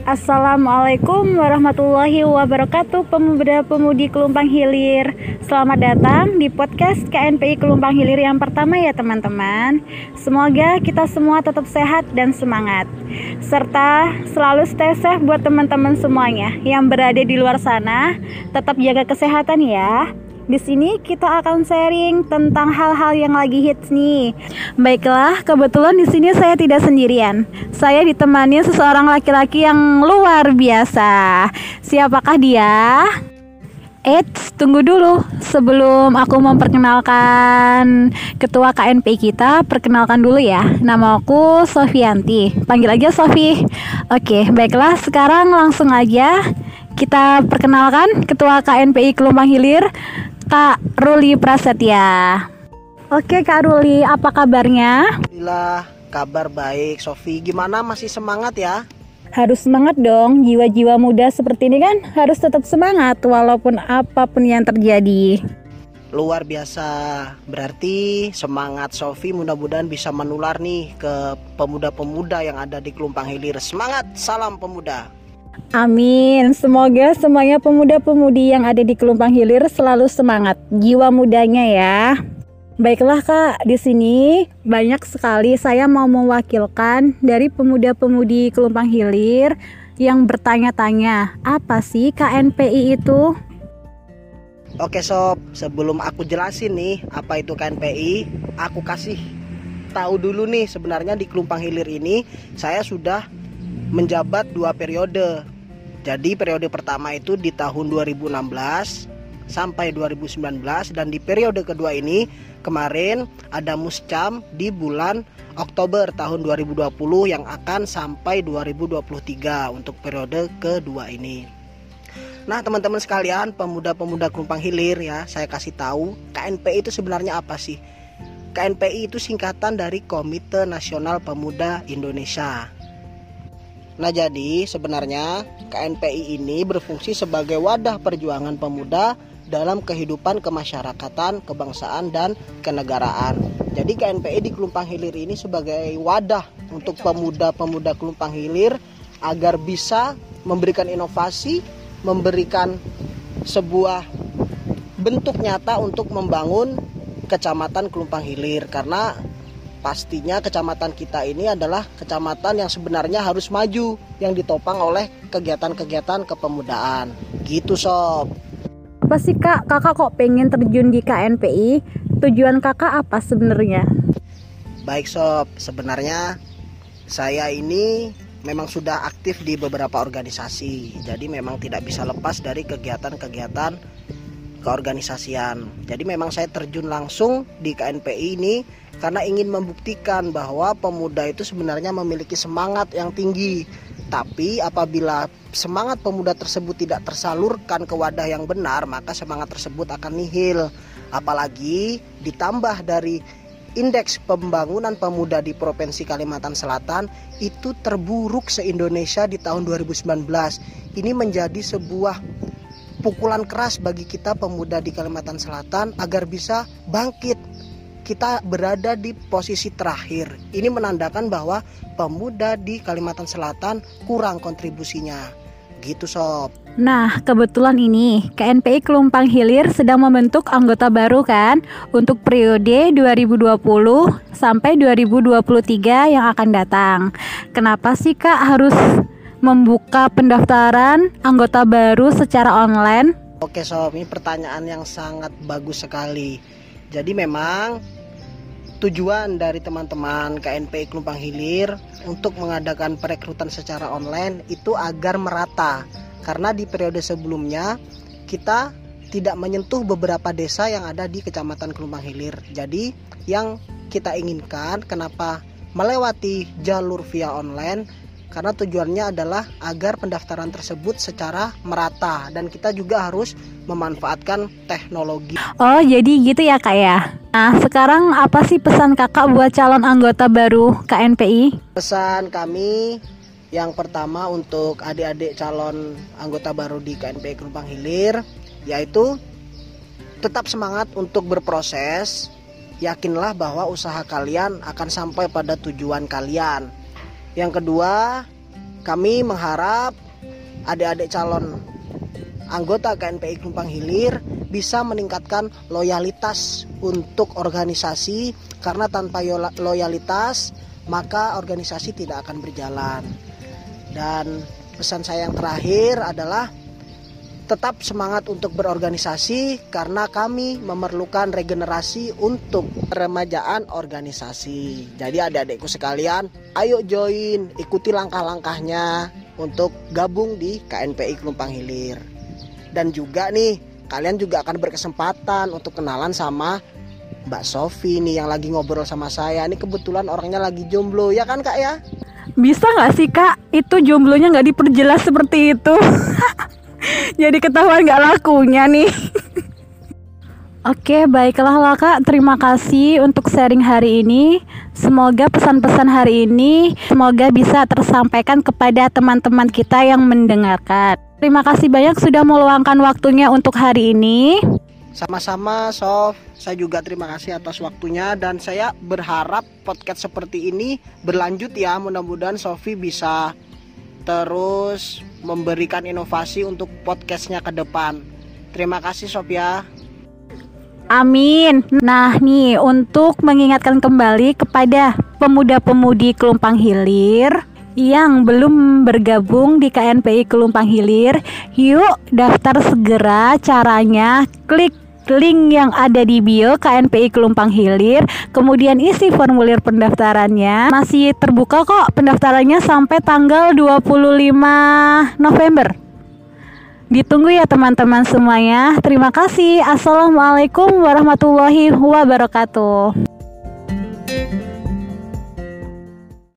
Assalamualaikum warahmatullahi wabarakatuh, pemuda-pemudi Kelumpang Hilir. Selamat datang di podcast KNPI Kelumpang Hilir yang pertama ya teman-teman. Semoga kita semua tetap sehat dan semangat, serta selalu stay safe buat teman-teman semuanya yang berada di luar sana. Tetap jaga kesehatan ya. Di sini kita akan sharing tentang hal-hal yang lagi hits nih. Baiklah, kebetulan di sini saya tidak sendirian. Saya ditemani seseorang laki-laki yang luar biasa. Siapakah dia? Eits, tunggu dulu. Sebelum aku memperkenalkan ketua KNPI kita, perkenalkan dulu ya. Nama aku Sofianti. Panggil aja Sofi. Oke, baiklah. Sekarang langsung aja kita perkenalkan ketua KNPI Kelumpang Hilir, Kak Ruli Prasetya. Oke Kak Ruli, apa kabarnya? Alhamdulillah, kabar baik. Sofi, gimana, masih semangat ya? Harus semangat dong, jiwa-jiwa muda seperti ini kan harus tetap semangat walaupun apapun yang terjadi. Luar biasa, berarti semangat Sofi mudah-mudahan bisa menular nih ke pemuda-pemuda yang ada di Kelumpang Hilir. Semangat, salam pemuda. Amin, semoga semuanya pemuda-pemudi yang ada di Kelumpang Hilir selalu semangat jiwa mudanya ya. Baiklah Kak, di sini banyak sekali saya mau mewakilkan dari pemuda-pemudi Kelumpang Hilir yang bertanya-tanya, apa sih KNPI itu? Oke Sob, sebelum aku jelasin nih apa itu KNPI, aku kasih tahu dulu nih, sebenarnya di Kelumpang Hilir ini saya sudah menjabat 2 periode. Jadi periode pertama itu di tahun 2016 sampai 2019, dan di periode kedua ini kemarin ada Muscam di bulan Oktober tahun 2020 yang akan sampai 2023 untuk periode kedua ini. Nah teman-teman sekalian, pemuda-pemuda Kelumpang Hilir ya, saya kasih tahu KNPI itu sebenarnya apa sih? KNPI itu singkatan dari Komite Nasional Pemuda Indonesia. Nah jadi sebenarnya KNPI ini berfungsi sebagai wadah perjuangan pemuda dalam kehidupan kemasyarakatan, kebangsaan, dan kenegaraan. Jadi KNPI di Kelumpang Hilir ini sebagai wadah untuk pemuda-pemuda Kelumpang Hilir agar bisa memberikan inovasi, memberikan sebuah bentuk nyata untuk membangun Kecamatan Kelumpang Hilir. Karena pastinya kecamatan kita ini adalah kecamatan yang sebenarnya harus maju, yang ditopang oleh kegiatan-kegiatan kepemudaan. Gitu Sob. Apa sih Kak, kakak kok pengen terjun di KNPI? Tujuan kakak apa sebenarnya? Baik Sob, sebenarnya saya ini memang sudah aktif di beberapa organisasi. Jadi memang tidak bisa lepas dari kegiatan-kegiatan keorganisasian. Jadi memang saya terjun langsung di KNPI ini karena ingin membuktikan bahwa pemuda itu sebenarnya memiliki semangat yang tinggi. Tapi apabila semangat pemuda tersebut tidak tersalurkan ke wadah yang benar, maka semangat tersebut akan nihil. Apalagi ditambah dari indeks pembangunan pemuda di Provinsi Kalimantan Selatan itu terburuk se-Indonesia di tahun 2019. Ini menjadi sebuah pukulan keras bagi kita pemuda di Kalimantan Selatan agar bisa bangkit. Kita berada di posisi terakhir. Ini menandakan bahwa pemuda di Kalimantan Selatan kurang kontribusinya. Gitu Sob. Nah, kebetulan ini KNPI Kelumpang Hilir sedang membentuk anggota baru kan untuk periode 2020 sampai 2023 yang akan datang. Kenapa sih Kak harus membuka pendaftaran anggota baru secara online? Oke Sob, ini pertanyaan yang sangat bagus sekali. Jadi memang tujuan dari teman-teman KNPI Kelumpang Hilir untuk mengadakan perekrutan secara online itu agar merata. Karena di periode sebelumnya kita tidak menyentuh beberapa desa yang ada di Kecamatan Kelumpang Hilir. Jadi yang kita inginkan, kenapa melewati jalur via online? Karena tujuannya adalah agar pendaftaran tersebut secara merata, dan kita juga harus memanfaatkan teknologi. Oh jadi gitu ya Kak ya. Nah sekarang apa sih pesan kakak buat calon anggota baru KNPI? Pesan kami yang pertama untuk adik-adik calon anggota baru di KNPI Kelumpang Hilir, yaitu tetap semangat untuk berproses. Yakinlah bahwa usaha kalian akan sampai pada tujuan kalian. Yang kedua, kami mengharap adik-adik calon anggota KNPI Klumpang Hilir bisa meningkatkan loyalitas untuk organisasi, karena tanpa loyalitas maka organisasi tidak akan berjalan. Dan pesan saya yang terakhir adalah tetap semangat untuk berorganisasi, karena kami memerlukan regenerasi untuk peremajaan organisasi. Jadi adik-adikku sekalian, ayo join, ikuti langkah-langkahnya untuk gabung di KNPI Klumpang Hilir. Dan juga nih, kalian juga akan berkesempatan untuk kenalan sama Mbak Sofi nih yang lagi ngobrol sama saya. Ini kebetulan orangnya lagi jomblo, ya kan Kak ya? Bisa nggak sih Kak, itu jomblonya nggak diperjelas seperti itu? Jadi ketahuan nggak lakunya nih. Oke, baiklah lah Kak, terima kasih untuk sharing hari ini. Semoga pesan-pesan hari ini semoga bisa tersampaikan kepada teman-teman kita yang mendengarkan. Terima kasih banyak sudah meluangkan waktunya untuk hari ini. Sama-sama Sof, saya juga terima kasih atas waktunya, dan saya berharap podcast seperti ini berlanjut ya. Mudah-mudahan Sofi bisa terus memberikan inovasi untuk podcastnya ke depan. Terima kasih Sof ya. Amin. Nah nih, untuk mengingatkan kembali kepada pemuda-pemudi Klumpang Hilir yang belum bergabung di KNPI Klumpang Hilir, yuk daftar segera. Caranya klik link yang ada di bio KNPI Klumpang Hilir, kemudian isi formulir pendaftarannya. Masih terbuka kok pendaftarannya sampai tanggal 25 November. Ditunggu ya teman-teman semuanya. Terima kasih. Assalamualaikum warahmatullahi wabarakatuh.